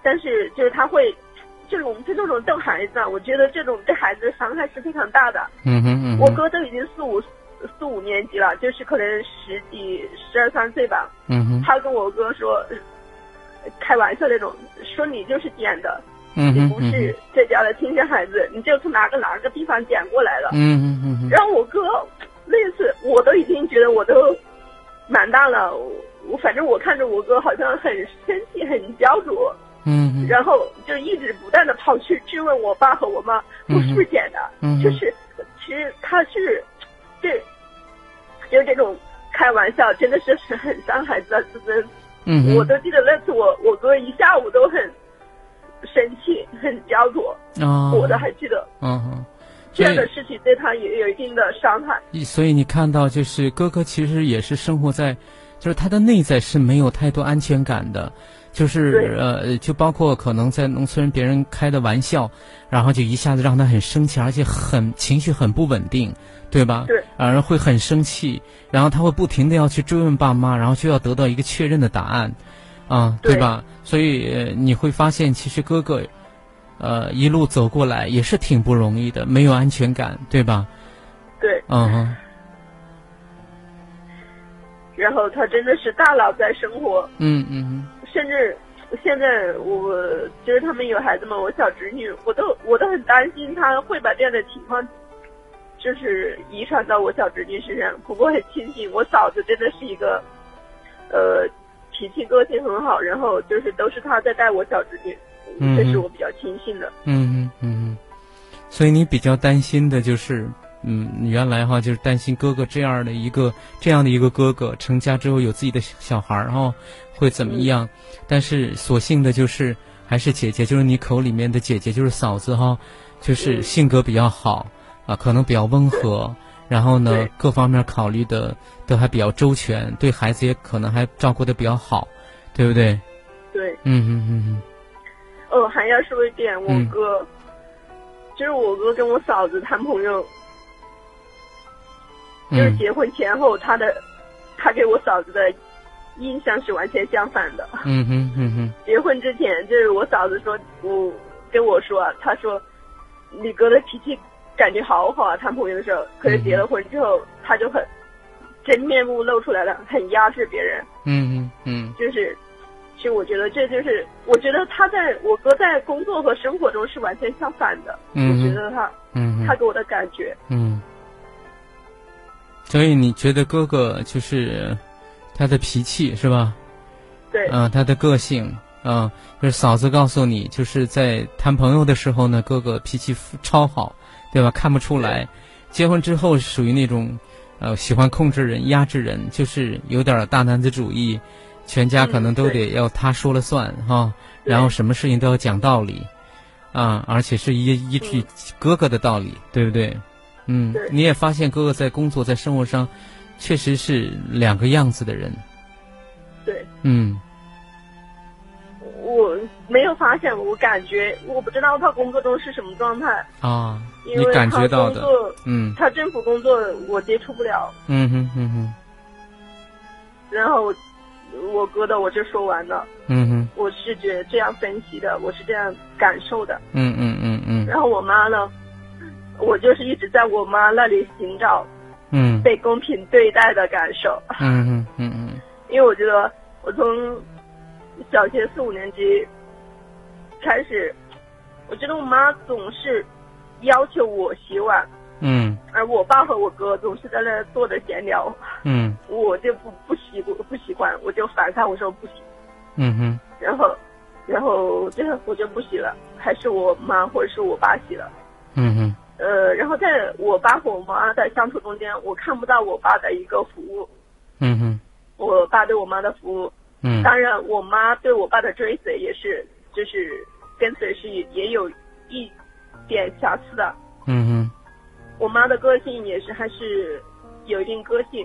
Speaker 3: 但是就是他会这种逗孩子啊，我觉得这种对孩子的伤害是非常大的。我哥都已经四五年级了，就是可能12、13岁吧。他跟我哥说，开玩笑那种，说你就是捡的，你不是这家的亲生孩子，你就从哪个地方捡过来了。然后我哥那次我都已经觉得我都蛮大了，反正我看着我哥好像很生气很焦灼。然后就一直不断的跑去质问我爸和我妈，我是不是捡的？就是其实他是就这种开玩笑，真的是很伤孩子的自尊。我都记得那次我哥一下午都很生气很焦灼。我都还记得。这样的事情对他也有一定的伤害。
Speaker 2: 所以你看到，就是哥哥其实也是生活在，就是他的内在是没有太多安全感的。就是就包括可能在农村人别人开的玩笑，然后就一下子让他很生气，而且情绪很不稳定，对吧？
Speaker 3: 对，
Speaker 2: 然后会很生气，然后他会不停的要去追问爸妈，然后就要得到一个确认的答案，对吧？所以你会发现，其实哥哥一路走过来也是挺不容易的，没有安全感，对吧？
Speaker 3: 对。然后他真的是大脑在生活。甚至现在我就是他们有孩子嘛，我小侄女，我都很担心他会把这样的情况就是遗传到我小侄女身上。不过很庆幸，我嫂子真的是一个脾气个性很好，然后就是都是她在带我小侄女，这是我比较庆幸的。
Speaker 2: 所以你比较担心的就是原来就是担心哥哥这样的一个哥哥成家之后有自己的小孩会怎么样，但是所幸的就是还是姐姐，就是你口里面的姐姐，就是嫂子就是性格比较好可能比较温和，然后呢各方面考虑的都还比较周全，对孩子也可能还照顾的比较好，对不对？
Speaker 3: 对。还要说一点，我哥就是我哥跟我嫂子谈朋友，就是结婚前后他给我嫂子的印象是完全相反的。结婚之前就是我嫂子跟我说，她说你哥的脾气感觉好好啊，谈朋友的时候，可是结了婚之后他就很真面目露出来了，很压制别人。就是其实我觉得这就是我觉得我哥在工作和生活中是完全相反的。我觉得他给我的感觉。
Speaker 2: 所以你觉得哥哥就是他的脾气是吧？
Speaker 3: 对。
Speaker 2: 他的个性就是嫂子告诉你，就是在谈朋友的时候呢，哥哥脾气超好，对吧？看不出来。结婚之后是属于那种喜欢控制人、压制人，就是有点大男子主义，全家可能都得要他说了算然后什么事情都要讲道理而且是依据哥哥的道理，对不对？你也发现哥哥在工作在生活上确实是两个样子的人。
Speaker 3: 对。我没有发现，我感觉我不知道他工作中是什么状态
Speaker 2: 你感觉到的。
Speaker 3: 他政府工作我接触不了。然后我哥的我就说完了。我是觉得这样分析的，我是这样感受的。然后我妈呢，我就是一直在我妈那里寻找被公平对待的感受。因为我觉得我从小学4、5年级开始，我觉得我妈总是要求我洗碗，而我爸和我哥总是在那坐着闲聊，我就不习惯，我就反抗，我说不洗，然后这个我就不洗了，还是我妈或者是我爸洗了，然后在我爸和我妈的相处中间，我看不到我爸的一个服务，我爸对我妈的服务，当然我妈对我爸的追随也是，就是跟随是也有一点瑕疵的，我妈的个性也是还是有一定个性，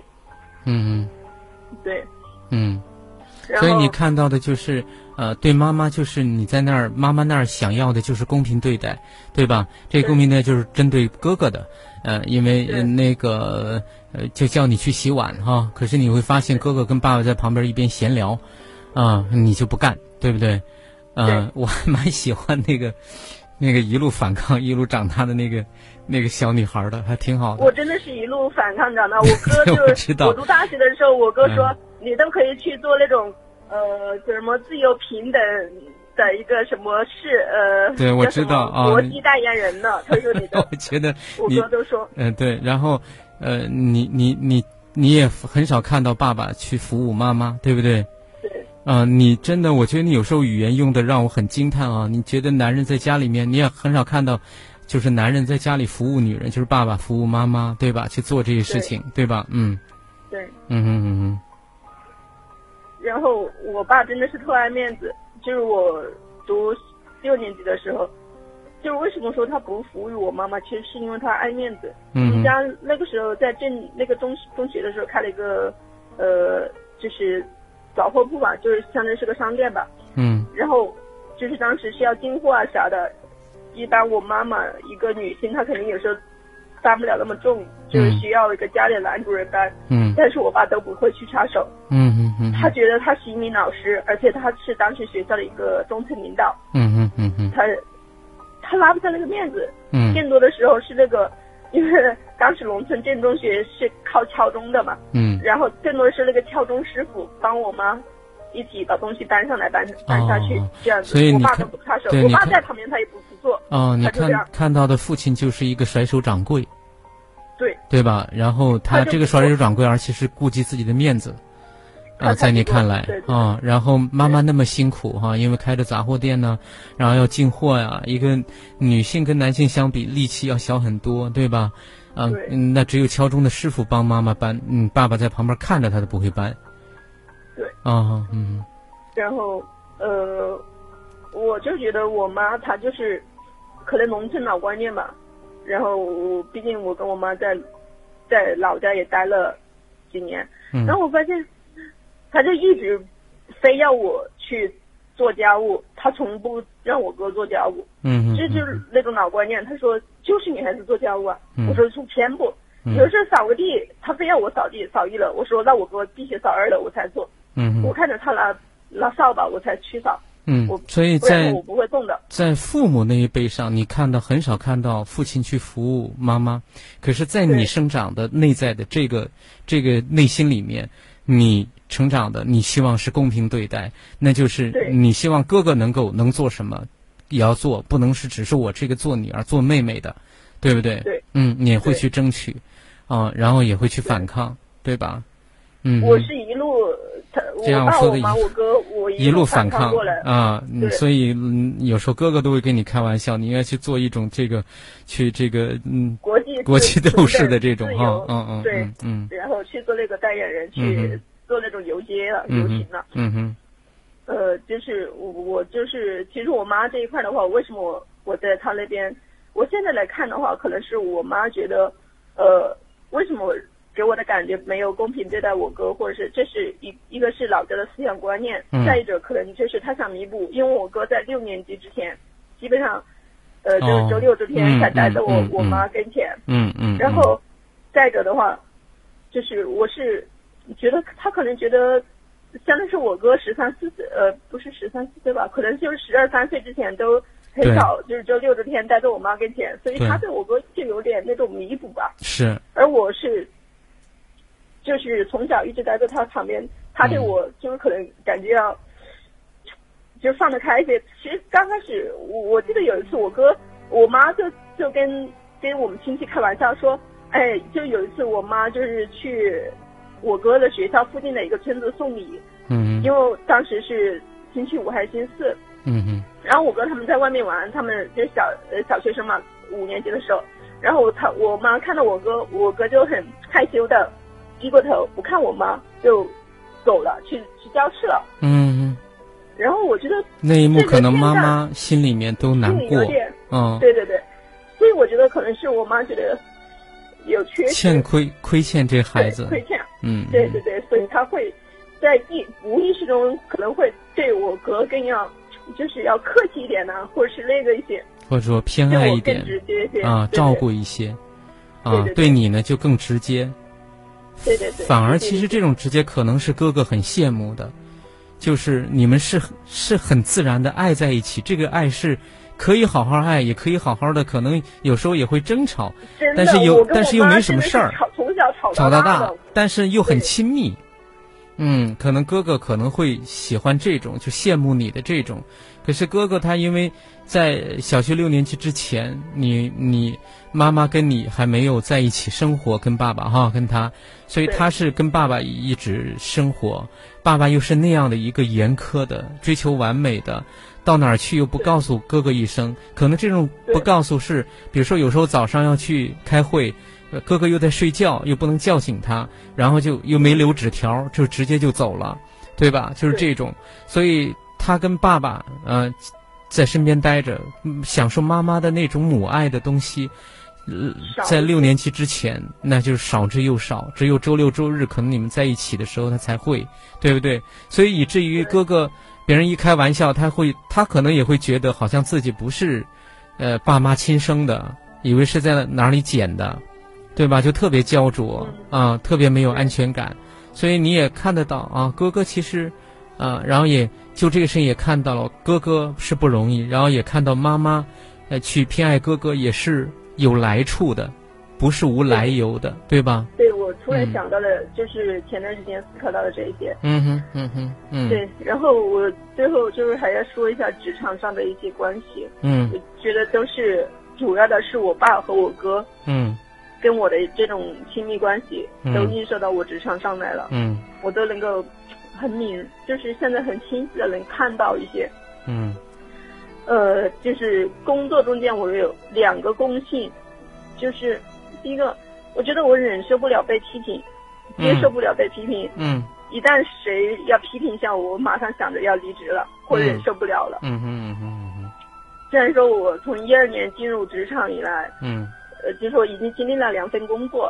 Speaker 3: 对，
Speaker 2: 所以你看到的就是对妈妈，就是你在那儿妈妈那儿想要的就是公平对待，对吧？这个公平对待就是针对哥哥的，因为那个就叫你去洗碗可是你会发现哥哥跟爸爸在旁边一边闲聊你就不干，对不对？ 我还蛮喜欢那个一路反抗一路长大的那个小女孩的，还挺好的。
Speaker 3: 我真的是一路反抗长大。我哥就是我读大学的时候，我哥说你都可以去做那种什么自由平等的一个什么事
Speaker 2: 对，我知道啊，
Speaker 3: 国际代言人呢。他说你的，
Speaker 2: 我觉得
Speaker 3: 我哥都说
Speaker 2: 对，然后你也很少看到爸爸去服务妈妈，对不对？你真的，我觉得你有时候语言用的让我很惊叹啊！你觉得男人在家里面，你也很少看到，就是男人在家里服务女人，就是爸爸服务妈妈，对吧？去做这些事情，对吧？
Speaker 3: 对。
Speaker 2: 然
Speaker 3: 后我爸真的是特爱面子，就是我读6年级的时候，就是为什么说他不服务我妈妈，其实是因为他爱面子。我们家那个时候在那个中学的时候开了一个就是早货铺吧，就是相当于是个商店吧。然后就是当时是要进货啊啥的，一般我妈妈一个女性，她肯定有时候搬不了那么重，就是需要一个家里的男主人搬。但是我爸都不会去插手。他觉得他是一名老师，而且他是当时学校的一个中层领导。他拉不下那个面子。更多的时候是那个，因为当时农村建中学是靠敲钟的嘛。然后更多的是那个敲钟师傅帮我妈一起把东西搬上来搬下去，这样子。
Speaker 2: 所以
Speaker 3: 我爸都不插手，我爸在旁边他也不做。
Speaker 2: 你看到的父亲就是一个甩手掌柜。对吧？然后他这个甩手掌柜，而且是顾及自己的面子。在你看来然后妈妈那么辛苦因为开着杂货店呢，然后要进货呀，一个女性跟男性相比力气要小很多，对吧？那只有敲钟的师傅帮妈妈搬，爸爸在旁边看着他都不会搬。
Speaker 3: 对。然后我就觉得我妈她就是可能农村老观念吧，然后毕竟我跟我妈在老家也待了几年，然后我发现她就一直非要我去做家务，她从不让我哥做家务。就是那种老观念，她说就是女孩子做家务啊。我说是偏不，有时候扫个地，她非要我扫地，扫1了，我说那我哥必须扫2了我才做。我看着他拿扫把我才去扫。
Speaker 2: 所以
Speaker 3: 我不会动的。
Speaker 2: 在父母那一辈上，你很少看到父亲去服务妈妈，可是在你生长的内在的这个内心里面，你成长的你希望是公平对待，那就是你希望哥哥能做什么也要做，不能是只是我这个做女儿做妹妹的，对不对？
Speaker 3: 对。
Speaker 2: 你也会去争取然后也会去反抗，对吧？
Speaker 3: 我是一路
Speaker 2: 这样说的，
Speaker 3: 我爸我妈我哥我
Speaker 2: 一路反
Speaker 3: 抗过来
Speaker 2: 所以有时候哥哥都会跟你开玩笑，你应该去做一种国际斗士的这种
Speaker 3: 对，然后去做那个代言人，去做那种游街了游行了。就是我就是其实我妈这一块的话，为什么我在她那边，我现在来看的话，可能是我妈觉得为什么给我的感觉没有公平对待我哥，或者是这是一个是老家的思想观念，再一者可能就是他想弥补，因为我哥在6年级之前基本上就是周6周天才待在我妈跟前。然后再者的话就是我是觉得他可能觉得相当是我哥13、14岁不是13、14岁吧，可能就是12、13岁之前都很少就是周6周天待在我妈跟前，所以他对我哥就有点那种弥补吧。
Speaker 2: 是。而
Speaker 3: 我是就是从小一直待在他旁边，他对我就是可能感觉要就放得开一些。其实刚开始我记得有一次我妈就跟我们亲戚开玩笑说，就有一次我妈就是去我哥的学校附近的一个村子送礼。因为当时是星期5还是星期4。然后我哥他们在外面玩，他们就是小学生嘛，5年级的时候，然后我妈看到我哥就很害羞的低过头不看我妈就走了，去教室了。然后我觉得
Speaker 2: 那一幕可能妈妈心里面都难过。
Speaker 3: 对，所以我觉得可能是我妈觉得有缺失，
Speaker 2: 亏欠这孩子，
Speaker 3: 亏欠。对，所以他会在无意识中可能会对我哥更要就是要客气一点呢，或者是那个一些，
Speaker 2: 或者说偏爱一点，
Speaker 3: 直接一些
Speaker 2: 照顾一些对你呢就更直接。
Speaker 3: 对，
Speaker 2: 反而其实这种直接可能是哥哥很羡慕的， 就是你们是很自然的爱在一起，这个爱是可以好好爱，也可以好好的，可能有时候也会争吵，但是又没什么事儿，
Speaker 3: 从小
Speaker 2: 吵到大，但是又很亲密。可能哥哥可能会喜欢这种，就羡慕你的这种。可是哥哥他因为在小学6年级之前，你妈妈跟你还没有在一起生活，跟爸爸跟他，所以他是跟爸爸一直生活。爸爸又是那样的一个严苛的，追求完美的，到哪儿去又不告诉哥哥一声。可能这种不告诉是，比如说有时候早上要去开会，哥哥又在睡觉，又不能叫醒他，然后就又没留纸条，就直接就走了，对吧？就是这种，所以他跟爸爸在身边待着，享受妈妈的那种母爱的东西，在6年级之前那就是少之又少，只有周六周日可能你们在一起的时候他才会，对不对？所以以至于哥哥别人一开玩笑，他可能也会觉得好像自己不是爸妈亲生的，以为是在哪里捡的，对吧？就特别焦灼特别没有安全感。所以你也看得到哥哥其实然后也就这个事情也看到了哥哥是不容易，然后也看到妈妈去偏爱哥哥也是有来处的，不是无来由的，对吧？
Speaker 3: 对，我突然想到了，就是前段时间思考到的这一些。对，然后我最后就是还要说一下职场上的一些关系。我觉得都是主要的是我爸和我哥。跟我的这种亲密关系都映射到我职场上来了。我都能够就是现在很清晰的能看到一些。就是工作中间我有2个共性，就是第一个，我觉得我忍受不了被批评，接受不了被批评。一旦谁要批评一下我马上想着要离职了，或忍受不了了。虽然说我从12年进入职场以来，就是说已经经历了2份工作，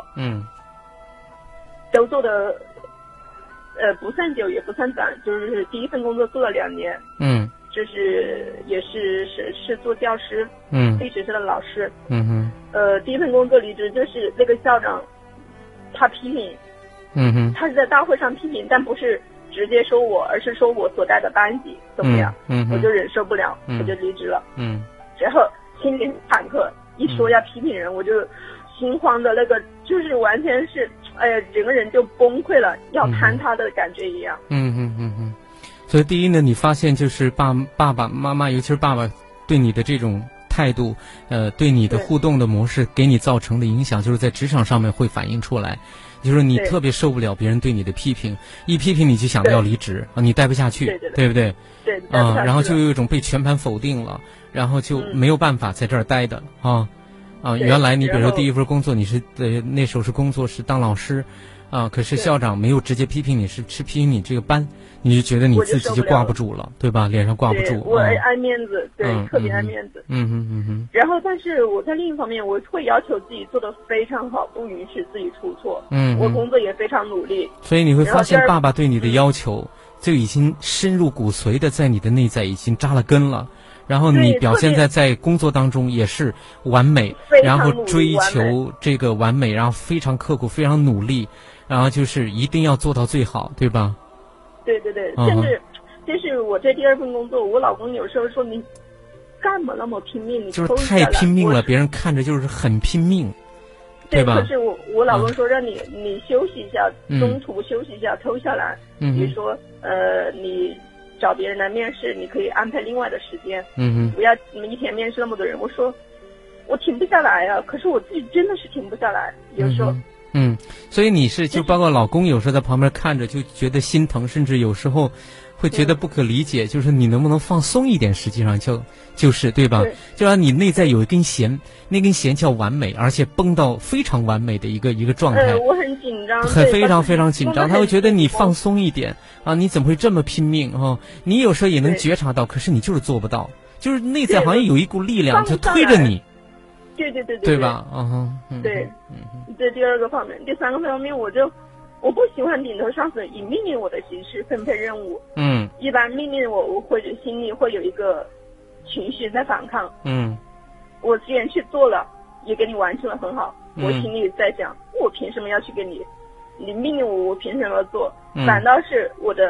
Speaker 3: 都做的不算久也不算短，就是第一份工作做了2年，就是也是做教师，历史系的老师，第一份工作离职就是那个校长他批评，他是在大会上批评，但不是直接说我，而是说我所带的班级怎么样，我就忍受不了，我就离职了，然后心里很忐忑，一说要批评人，我就心慌的那个，就是完全是，哎呀，整个人就崩溃了，要坍塌的感觉一样。
Speaker 2: 所以第一呢，你发现就是爸爸妈妈，尤其是爸爸对你的这种态度，对你的互动的模式给你造成的影响，就是在职场上面会反映出来。就是你特别受不了别人对你的批评，一批评你就想着要离职你待不下去，对不对？
Speaker 3: 对，
Speaker 2: 然后就有一种被全盘否定了，然后就没有办法在这儿待的原来你比如说第一份工作你是那时候是工作是当老师可是校长没有直接批评你，是批评你这个班，你就觉得你自己就挂不住了，对吧？脸上挂不住。
Speaker 3: 我爱面子，对，特别爱面子。然后，但是我在另一方面，我会要求自己做得非常好，不允许自己出错。我工作也非常努力。
Speaker 2: 所以你会发现，爸爸对你的要求就已经深入骨髓的在你的内在已经扎了根了。然后你表现在工作当中也是完美，然后追求这个完美，然后非常刻苦，非常努力。然后就是一定要做到最好，对吧？
Speaker 3: 对，甚至我这第2份工作，我老公有时候说你干嘛那么拼命，你
Speaker 2: 就是太拼命了，别人看着就是很拼命，对吧？
Speaker 3: 可是我老公说让你休息一下，中途休息一下，偷下来。比如说你找别人来面试，你可以安排另外的时间，不要一天面试那么多人。我说我停不下来啊，可是我自己真的是停不下来，有时候。
Speaker 2: 所以你是就包括老公有时候在旁边看着就觉得心疼，甚至有时候会觉得不可理解，就是你能不能放松一点？实际上就是对吧？就让你内在有一根弦，那根弦叫完美，而且绷到非常完美的一个状态。
Speaker 3: 我很紧张，
Speaker 2: 非常非常紧张，他会觉得你放松一点你怎么会这么拼命你有时候也能觉察到，可是你就是做不到，就是内在好像有一股力量就推着你。对吧？
Speaker 3: 对，这第2个方面。第3个方面，我不喜欢顶头上司以命令我的形式分配任务。一般命令我会心里会有一个情绪在反抗。我既然去做了，也给你完成了很好，我心里在想，我凭什么要去给你命令我凭什么要做？反倒是我的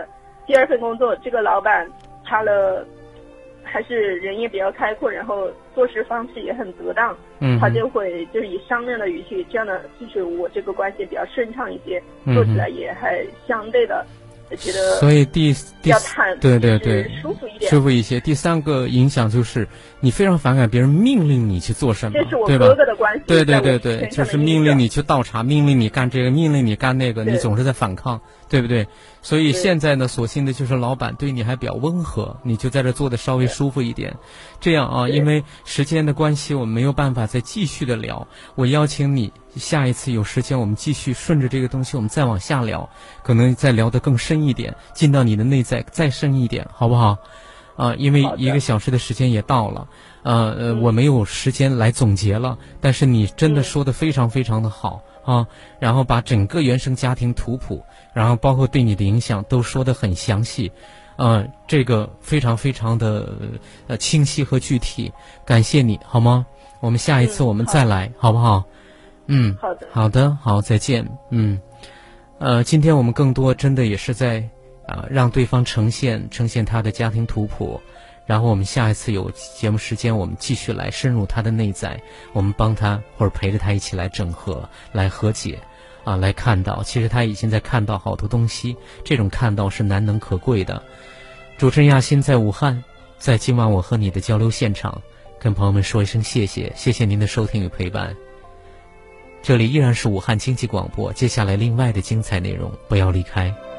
Speaker 3: 第二份工作，这个老板还是人也比较开阔，然后做事方式也很得当，他就会就是以商量的语气，这样的就是我这个关系比较顺畅一些，做起来也还相对的觉得，
Speaker 2: 所以
Speaker 3: 要谈
Speaker 2: 对
Speaker 3: 舒服一点，
Speaker 2: 舒服一些。第三个影响就是你非常反感别人命令你去做什么，
Speaker 3: 这是我哥哥的关系，
Speaker 2: 对，就是命令你去倒茶，命令你干这个，命令你干那个，你总是在反抗，对不对？所以现在呢，所幸的就是老板对你还比较温和，你就在这做的稍微舒服一点。这样啊，因为时间的关系，我们没有办法再继续的聊。我邀请你下一次有时间，我们继续顺着这个东西，我们再往下聊，可能再聊得更深一点，进到你的内在再深一点，好不好？因为1个小时的时间也到了，我没有时间来总结了，但是你真的说得非常非常的好啊，然后把整个原生家庭图谱，然后包括对你的影响都说得很详细，这个非常非常的清晰和具体，感谢你好吗？我们下一次我们再来，好不好？好的，好，再见。今天我们更多真的也是在让对方呈现他的家庭图谱，然后我们下一次有节目时间，我们继续来深入他的内在，我们帮他或者陪着他一起来整合，来和解来看到，其实他已经在看到好多东西，这种看到是难能可贵的。主持人亚欣在武汉，在今晚我和你的交流现场，跟朋友们说一声谢谢，谢谢您的收听与陪伴。这里依然是武汉经济广播，接下来另外的精彩内容，不要离开。